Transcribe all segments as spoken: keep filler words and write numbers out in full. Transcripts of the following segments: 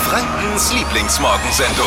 Frankens Lieblingsmorgensendung.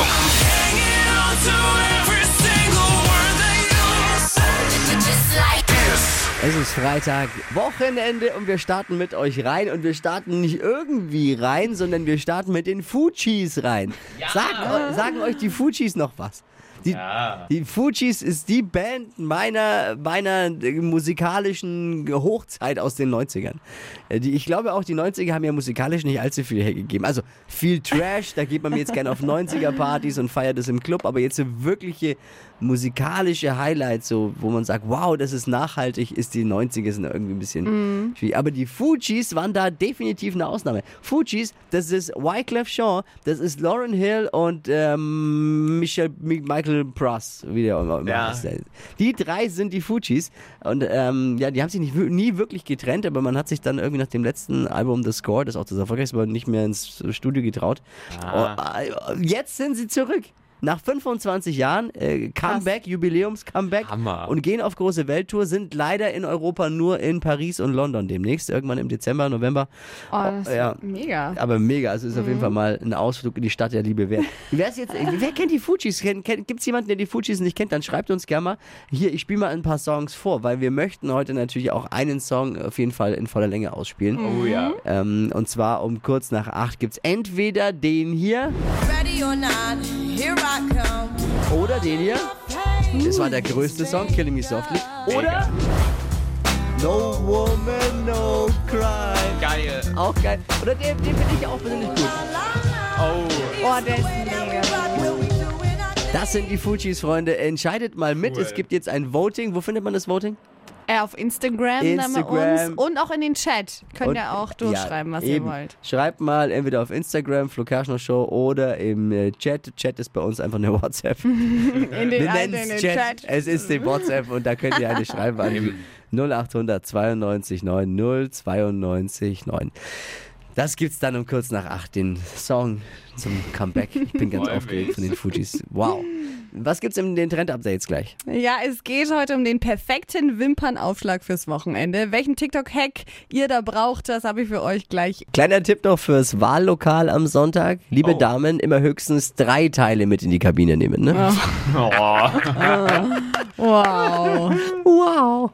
Es ist Freitag, Wochenende und wir starten mit euch rein und wir starten nicht irgendwie rein, sondern wir starten mit den Fugees rein. Ja. Sag, sagen euch die Fugees noch was? Die, ja. die Fugees ist die Band meiner, meiner musikalischen Hochzeit aus den neunzigern. Die, ich glaube auch, die neunziger haben ja musikalisch nicht allzu viel hergegeben. Also viel Trash, da geht man mir jetzt gerne auf neunziger-Partys und feiert es im Club, aber jetzt so wirkliche musikalische Highlights, so, wo man sagt, wow, das ist nachhaltig, ist die neunziger sind irgendwie ein bisschen mm. schwierig. Aber die Fugees waren da definitiv eine Ausnahme. Fugees, das ist Wyclef Jean, das ist Lauryn Hill und ähm, Michel, Michael Pross, wie der immer ja. heißt. Die drei sind die Fugees und ähm, ja, die haben sich nicht, nie wirklich getrennt, aber man hat sich dann irgendwie nach dem letzten Album The Score, das auch das erfolgreichste war, nicht mehr ins Studio getraut. Ah. Und, äh, jetzt sind sie zurück. Nach fünfundzwanzig Jahren, äh, Comeback, Jubiläums-Comeback und gehen auf große Welttour, sind leider in Europa nur in Paris und London demnächst, irgendwann im Dezember, November. Oh, das ist ja, mega. Aber mega, also ist mhm. auf jeden Fall mal ein Ausflug in die Stadt der Liebe wert. Wer, ist jetzt, wer kennt die Fugees? Gibt es jemanden, der die Fugees nicht kennt? Dann schreibt uns gerne mal. Hier, ich spiele mal ein paar Songs vor, weil wir möchten heute natürlich auch einen Song auf jeden Fall in voller Länge ausspielen. Oh ja. Ähm, und zwar um kurz nach acht gibt es entweder den hier. Ready or not. Oder den hier. Das war der größte Song, Killing Me Softly. Oder No Woman, No Cry. Geil. Auch geil. Oder den, den finde ich auch persönlich gut. Oh. Oh, der ist mega. Das sind die Fugees, Freunde. Entscheidet mal mit. Cool. Es gibt jetzt ein Voting. Wo findet man das Voting? Äh, auf Instagram, Instagram. Uns und auch in den Chat. Könnt ihr auch durchschreiben, ja, was eben. ihr wollt. Schreibt mal entweder auf Instagram, Flo Kerschner Show oder im äh, Chat. Chat ist bei uns einfach eine WhatsApp. in den, Wir nennen es Chat. Chat. Es ist die WhatsApp und da könnt ihr eine schreiben an null acht hundert zweiundneunzig neun null zweiundneunzig neun. Das gibt's dann um kurz nach acht, den Song zum Comeback. Ich bin ganz aufgeregt von den Fugees. Wow. Was gibt's in den Trend-Updates gleich? Ja, es geht heute um den perfekten Wimpernaufschlag fürs Wochenende. Welchen TikTok-Hack ihr da braucht, das habe ich für euch gleich. Kleiner Tipp noch fürs Wahllokal am Sonntag. Liebe oh. Damen, immer höchstens drei Teile mit in die Kabine nehmen, ne? Oh. Oh. Oh. Wow. Wow.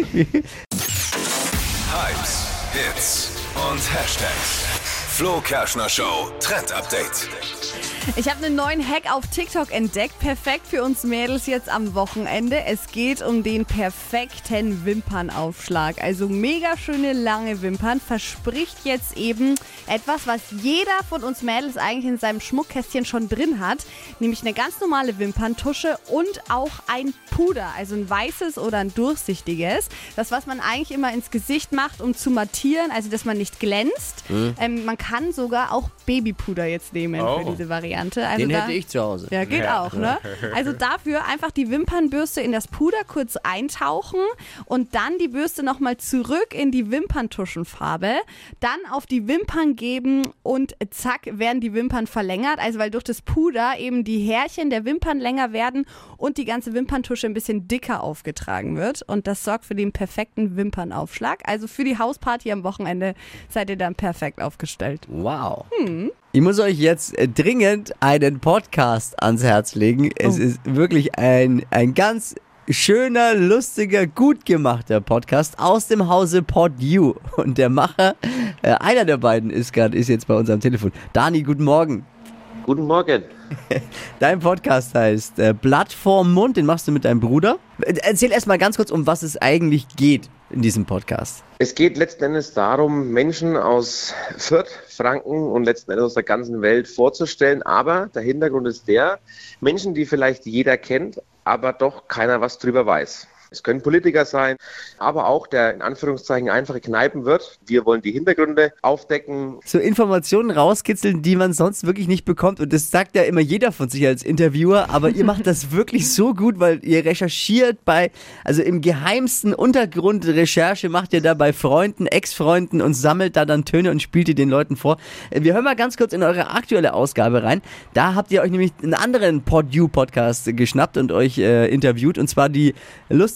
Hypes, Hits und Hashtags. Flo Kerschner Show Trend Update. Ich habe einen neuen Hack auf TikTok entdeckt. Perfekt für uns Mädels jetzt am Wochenende. Es geht um den perfekten Wimpernaufschlag. Also mega schöne lange Wimpern. Verspricht jetzt eben etwas, was jeder von uns Mädels eigentlich in seinem Schmuckkästchen schon drin hat. Nämlich eine ganz normale Wimperntusche und auch ein Puder. Also ein weißes oder ein durchsichtiges. Das, was man eigentlich immer ins Gesicht macht, um zu mattieren. Also, dass man nicht glänzt. Mhm. Ähm, man kann sogar auch Babypuder jetzt nehmen oh. für diese Variante. Also Den da, hätte ich zu Hause. Ja, geht ja. auch, ne? Also dafür einfach die Wimpernbürste in das Puder kurz eintauchen und dann die Bürste nochmal zurück in die Wimperntuschenfarbe, dann auf die Wimpern geben und zack, werden die Wimpern verlängert. Also weil durch das Puder eben die Härchen der Wimpern länger werden und die ganze Wimperntusche ein bisschen dicker aufgetragen wird. Und das sorgt für den perfekten Wimpernaufschlag. Also für die Hausparty am Wochenende seid ihr dann perfekt aufgestellt. Wow. Hm. Ich muss euch jetzt dringend einen Podcast ans Herz legen. Es oh. ist wirklich ein, ein ganz schöner, lustiger, gut gemachter Podcast aus dem Hause PodU. Und der Macher, äh, einer der beiden ist gerade, ist jetzt bei uns am Telefon. Dani, guten Morgen. Guten Morgen. Dein Podcast heißt äh, Blatt vorm Mund, den machst du mit deinem Bruder. Erzähl erst mal ganz kurz, um was es eigentlich geht in diesem Podcast. Es geht letzten Endes darum, Menschen aus Fürth, Franken und letzten Endes aus der ganzen Welt vorzustellen. Aber der Hintergrund ist der, Menschen, die vielleicht jeder kennt, aber doch keiner was drüber weiß. Es können Politiker sein, aber auch der in Anführungszeichen einfache Kneipenwirt. Wir wollen die Hintergründe aufdecken. So Informationen rauskitzeln, die man sonst wirklich nicht bekommt. Und das sagt ja immer jeder von sich als Interviewer. Aber ihr macht das wirklich so gut, weil ihr recherchiert bei, also im geheimsten Untergrund Recherche macht ihr da bei Freunden, Ex-Freunden und sammelt da dann Töne und spielt die den Leuten vor. Wir hören mal ganz kurz in eure aktuelle Ausgabe rein. Da habt ihr euch nämlich einen anderen PodU-Podcast geschnappt und euch äh, interviewt. Und zwar die lustige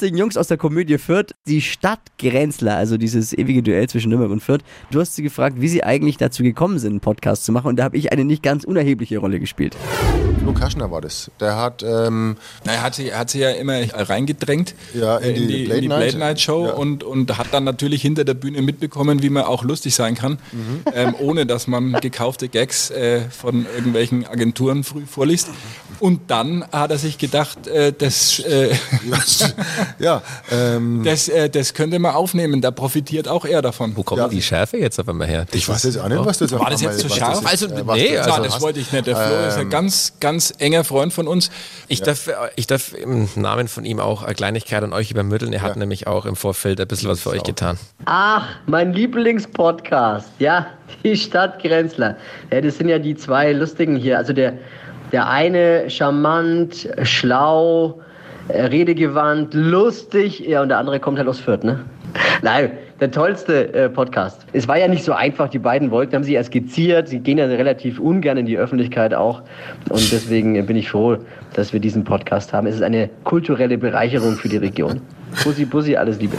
lustigen Jungs aus der Komödie Fürth, die Stadtgrenzler, also dieses ewige Duell zwischen Nürnberg und Fürth. Du hast sie gefragt, wie sie eigentlich dazu gekommen sind, einen Podcast zu machen und da habe ich eine nicht ganz unerhebliche Rolle gespielt. Flo Kerschner war das. Der hat... Ähm Na, er hat sie, hat sie ja immer reingedrängt ja, in, in die, die, in die Late Night Show ja. und, und hat dann natürlich hinter der Bühne mitbekommen, wie man auch lustig sein kann, mhm. ähm, ohne dass man gekaufte Gags äh, von irgendwelchen Agenturen früh vorliest. Und dann hat er sich gedacht, äh, das, äh, ja, ähm das, äh, das könnte man aufnehmen, da profitiert auch er davon. Wo kommt Ja. die Schärfe jetzt auf einmal her? ich weiß jetzt auch nicht, was das War das jetzt zu scharf? Also, äh, was nee, das- also Ja, das wollte ich nicht. Der Flo ähm, ist ein ganz, ganz enger Freund von uns. Ich, darf, ich darf im Namen von ihm auch eine Kleinigkeit an euch übermitteln. Er hat Ja. nämlich auch im Vorfeld ein bisschen was für euch getan. Ach, mein Lieblingspodcast. Ja, die Stadtgrenzler. Ja, das sind ja die zwei Lustigen hier. Also der, der eine charmant, schlau, äh, redegewandt, lustig. Ja, und der andere kommt halt aus Fürth, ne? Nein, der tollste äh, Podcast. Es war ja nicht so einfach, die beiden wollten, haben sich erst skizziert. Sie gehen ja relativ ungern in die Öffentlichkeit auch. Und deswegen äh, bin ich froh, dass wir diesen Podcast haben. Es ist eine kulturelle Bereicherung für die Region. Bussi, Bussi, alles Liebe.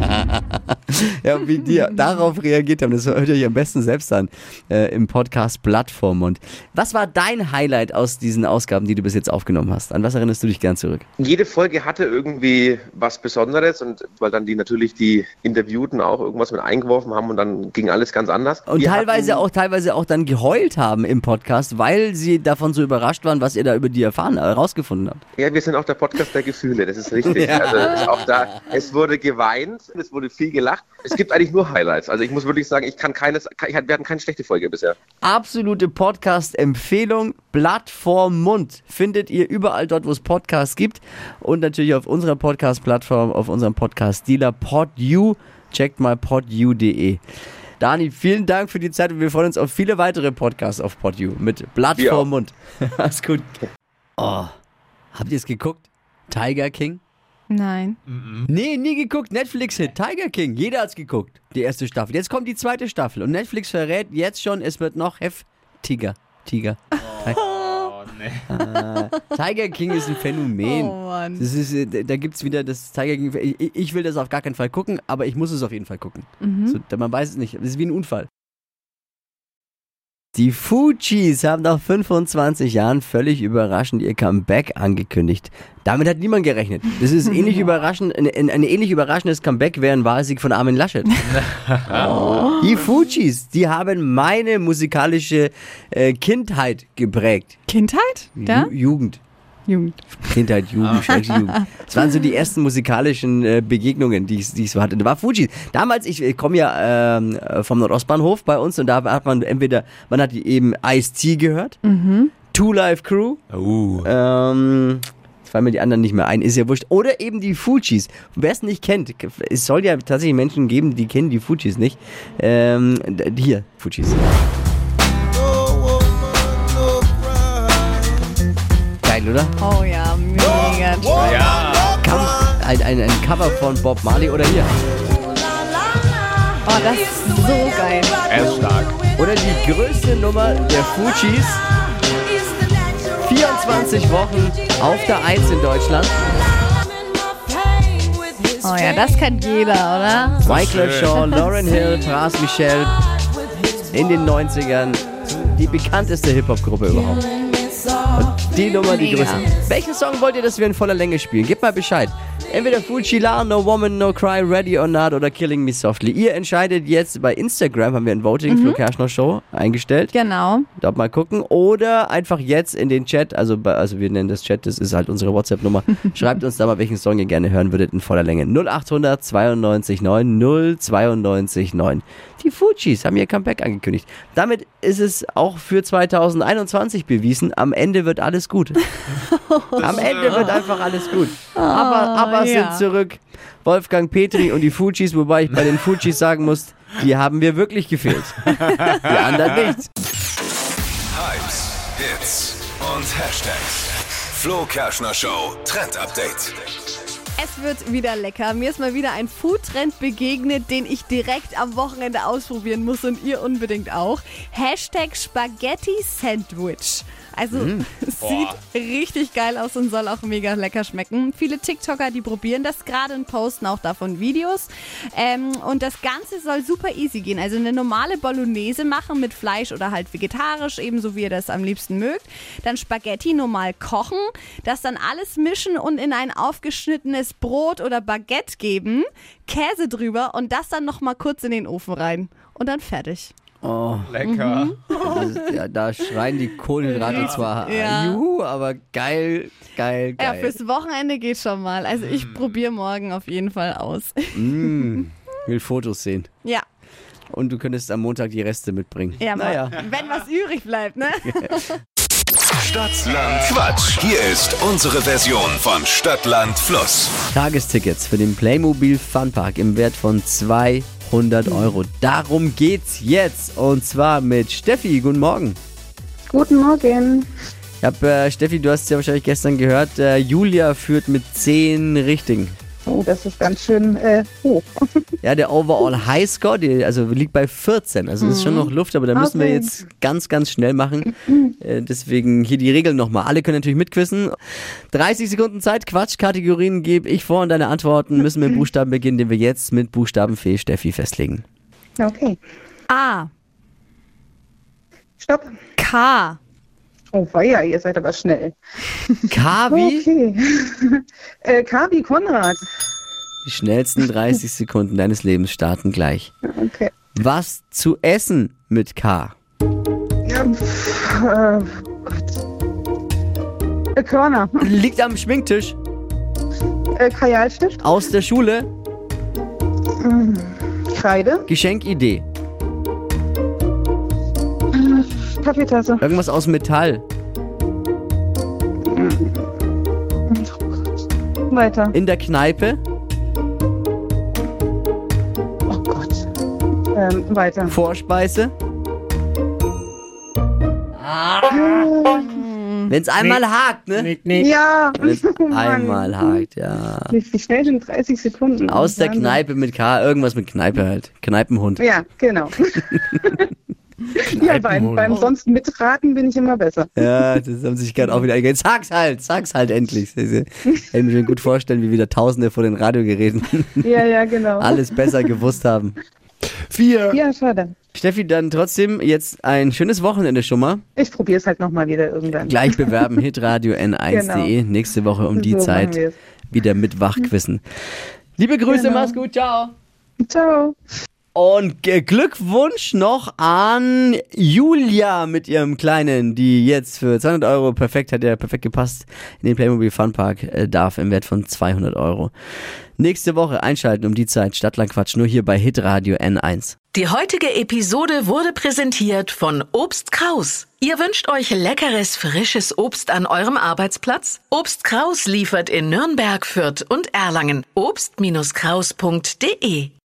Ja, und wie die darauf reagiert haben, das hört ihr euch am besten selbst an äh, im Podcast Plattform. Und was war dein Highlight aus diesen Ausgaben, die du bis jetzt aufgenommen hast? An was erinnerst du dich gern zurück? Jede Folge hatte irgendwie was Besonderes und weil dann die natürlich die Interviewten auch irgendwas mit eingeworfen haben und dann ging alles ganz anders. Und Wir teilweise hatten- auch teilweise auch dann geheult haben im Podcast, weil sie davon so überrascht waren, was ihr da über die erfahren, herausgefunden habt. Ja, wir sind auch der Podcast der Gefühle, das ist richtig. Ja. Also ist auch da, es wurde geweint, es wurde viel gelacht. Es gibt eigentlich nur Highlights. Also ich muss wirklich sagen, ich kann keines, ich, wir hatten keine schlechte Folge bisher. Absolute Podcast-Empfehlung. Blatt vorm Mund findet ihr überall dort, wo es Podcasts gibt und natürlich auf unserer Podcast-Plattform, auf unserem Podcast-Dealer PodU. Checkt mal podu punkt de. Dani, vielen Dank für die Zeit und wir freuen uns auf viele weitere Podcasts auf PodU mit Blatt Wir vorm auch. Mund. Alles gut. Oh, habt ihr es geguckt? Tiger King? Nein. Nee, nie geguckt. Netflix-Hit. Tiger King. Jeder hat's geguckt. Die erste Staffel. Jetzt kommt die zweite Staffel. Und Netflix verrät jetzt schon, es wird noch heftiger. Tiger. Oh, nee. Ah, Tiger King ist ein Phänomen. Oh Mann. Das ist, äh, da gibt's wieder das Tiger King. Ich, ich will das auf gar keinen Fall gucken, aber ich muss es auf jeden Fall gucken. So, da- man weiß es nicht. Das ist wie ein Unfall. Die Fugees haben nach fünfundzwanzig Jahren völlig überraschend ihr Comeback angekündigt. Damit hat niemand gerechnet. Das ist ähnlich überraschend, ein, ein, ein ähnlich überraschendes Comeback wäre ein Wahlsieg von Armin Laschet. Die Fugees, die haben meine musikalische äh, Kindheit geprägt. Kindheit? Ja? Ju Jugend. Jugend. Kindheit, Jugend, schreckliche Jugend. Das waren so die ersten musikalischen äh, Begegnungen, die ich, die ich so hatte. Da war Fugees. Damals, ich, ich komme ja ähm, vom Nordostbahnhof bei uns und da hat man entweder, man hat eben Ice-T gehört, Two Live Crew, Uh. ähm, fallen mir die anderen nicht mehr ein, ist ja wurscht. Oder eben die Fugees. Wer es nicht kennt, es soll ja tatsächlich Menschen geben, die kennen die Fugees nicht. Ähm, hier, Fugees. Geil, oder? Oh ja, mega toll. Ja. Cover, ein, ein, ein Cover von Bob Marley oder hier. Oh, das ist so geil. Er ist stark. Oder die größte Nummer der Fugees. vierundzwanzig Wochen auf der eins in Deutschland. Oh ja, das kennt jeder, oder? Michael Shaw, Lauryn Hill, Pras Michel in den neunzigern. Die bekannteste Hip-Hop-Gruppe überhaupt. Und die Nummer, die Mega. größte. Welchen Song wollt ihr, dass wir in voller Länge spielen? Gebt mal Bescheid. Entweder Fugila, No Woman, No Cry, Ready or Not oder Killing Me Softly. Ihr entscheidet jetzt, bei Instagram haben wir ein Voting, Flo Kerschner Show, eingestellt. Genau. Dort mal gucken. Oder einfach jetzt in den Chat, also, bei, also wir nennen das Chat, das ist halt unsere WhatsApp-Nummer. Schreibt uns da mal, welchen Song ihr gerne hören würdet in voller Länge. null acht hundert zweiundneunzig neun null zweiundneunzig neun. Die Fugees haben ihr Comeback angekündigt. Damit ist es auch für zweitausendeinundzwanzig bewiesen, am Ende wird alles gut. Am Ende wird einfach alles gut. Aber, aber ja. sind zurück. Wolfgang Petri und die Fugees, wobei ich bei den Fugees sagen muss, die haben mir wirklich gefehlt. Die anderen nicht. Hypes, Hits und Hashtags. Flo Kerschner Show Trend Update. Es wird wieder lecker. Mir ist mal wieder ein Foodtrend begegnet, den ich direkt am Wochenende ausprobieren muss und ihr unbedingt auch. Hashtag Spaghetti Sandwich. Also Mm. es sieht richtig geil aus und soll auch mega lecker schmecken. Viele TikToker, die probieren das gerade und posten auch davon Videos. Ähm, und das Ganze soll super easy gehen. Also eine normale Bolognese machen mit Fleisch oder halt vegetarisch, ebenso wie ihr das am liebsten mögt. Dann Spaghetti normal kochen, das dann alles mischen und in ein aufgeschnittenes Brot oder Baguette geben, Käse drüber und das dann nochmal kurz in den Ofen rein. Und dann fertig. Oh, Lecker. das, ja, da schreien die Kohlenhydrate zwar Ja. juhu, aber geil, geil, Ja, geil. fürs Wochenende geht schon mal. Also ich probiere morgen auf jeden Fall aus. Mm, will Fotos sehen. Ja, Und du könntest am Montag die Reste mitbringen. ja, naja. wenn was übrig bleibt, ne? Stadtland Quatsch. Hier ist unsere Version von Stadtland Fluss. Tagestickets für den Playmobil Funpark im Wert von zweihundert Euro. Darum geht's jetzt. Und zwar mit Steffi. Guten Morgen. Guten Morgen. Ich hab, äh, Steffi, du hast es ja wahrscheinlich gestern gehört, äh, Julia führt mit zehn Richtigen. Oh, das ist ganz schön äh, hoch. Ja, der Overall Highscore, die, also liegt bei vierzehn. Also das ist schon noch Luft, aber da müssen wir Okay. jetzt ganz, ganz schnell machen. Äh, deswegen hier die Regeln nochmal. Alle können natürlich mitquissen. dreißig Sekunden Zeit, Quatschkategorien gebe ich vor und deine Antworten müssen mit Buchstaben beginnen, den wir jetzt mit Buchstabenfee Steffi festlegen. Okay. A, Stopp. K, Oh, weia, ihr seid aber schnell. K wie? Okay. äh, K wie Konrad. Die schnellsten dreißig Sekunden deines Lebens starten gleich. Okay. Was zu essen mit K? Ja, pff, äh, Gott. Äh, Körner. Liegt am Schminktisch. Äh, Kajalstift. Aus der Schule. Kreide. Geschenkidee. Kaffeetasse. Irgendwas aus Metall. Weiter. In der Kneipe. Oh Gott. Ähm, weiter. Vorspeise. Wenn es einmal hakt, ne? Ja. Wenn es Oh Mann. einmal hakt, ja. Wie, wie schnell sind dreißig Sekunden? Aus der Wahnsinn. Kneipe mit K, irgendwas mit Kneipe halt. Kneipenhund. Ja, genau. ja, beim, beim sonst mitraten bin ich immer besser. Ja, das haben sich gerade auch wieder eingegangen. Sag's halt, sag's halt endlich. Ich kann mir schon gut vorstellen, wie wieder Tausende vor den Radiogeräten Ja, ja, genau. alles besser gewusst haben. Vier. Ja, schade. Steffi, dann trotzdem jetzt ein schönes Wochenende schon mal. Ich probiere es halt nochmal wieder irgendwann. Gleich bewerben, hitradio n eins punkt de. Genau. Nächste Woche um die So machen Zeit wir's. wieder mit Wachquissen. Liebe Grüße, Genau. mach's gut, ciao. Ciao. Und G- Glückwunsch noch an Julia mit ihrem Kleinen, die jetzt für zweihundert Euro perfekt, hat ja perfekt gepasst, in den Playmobil Funpark äh, darf im Wert von zweihundert Euro. Nächste Woche einschalten um die Zeit, Stadtland Quatsch, nur hier bei hitradio N eins. Die heutige Episode wurde präsentiert von Obst Kraus. Ihr wünscht euch leckeres, frisches Obst an eurem Arbeitsplatz? Obst Kraus liefert in Nürnberg, Fürth und Erlangen. obst Kraus punkt de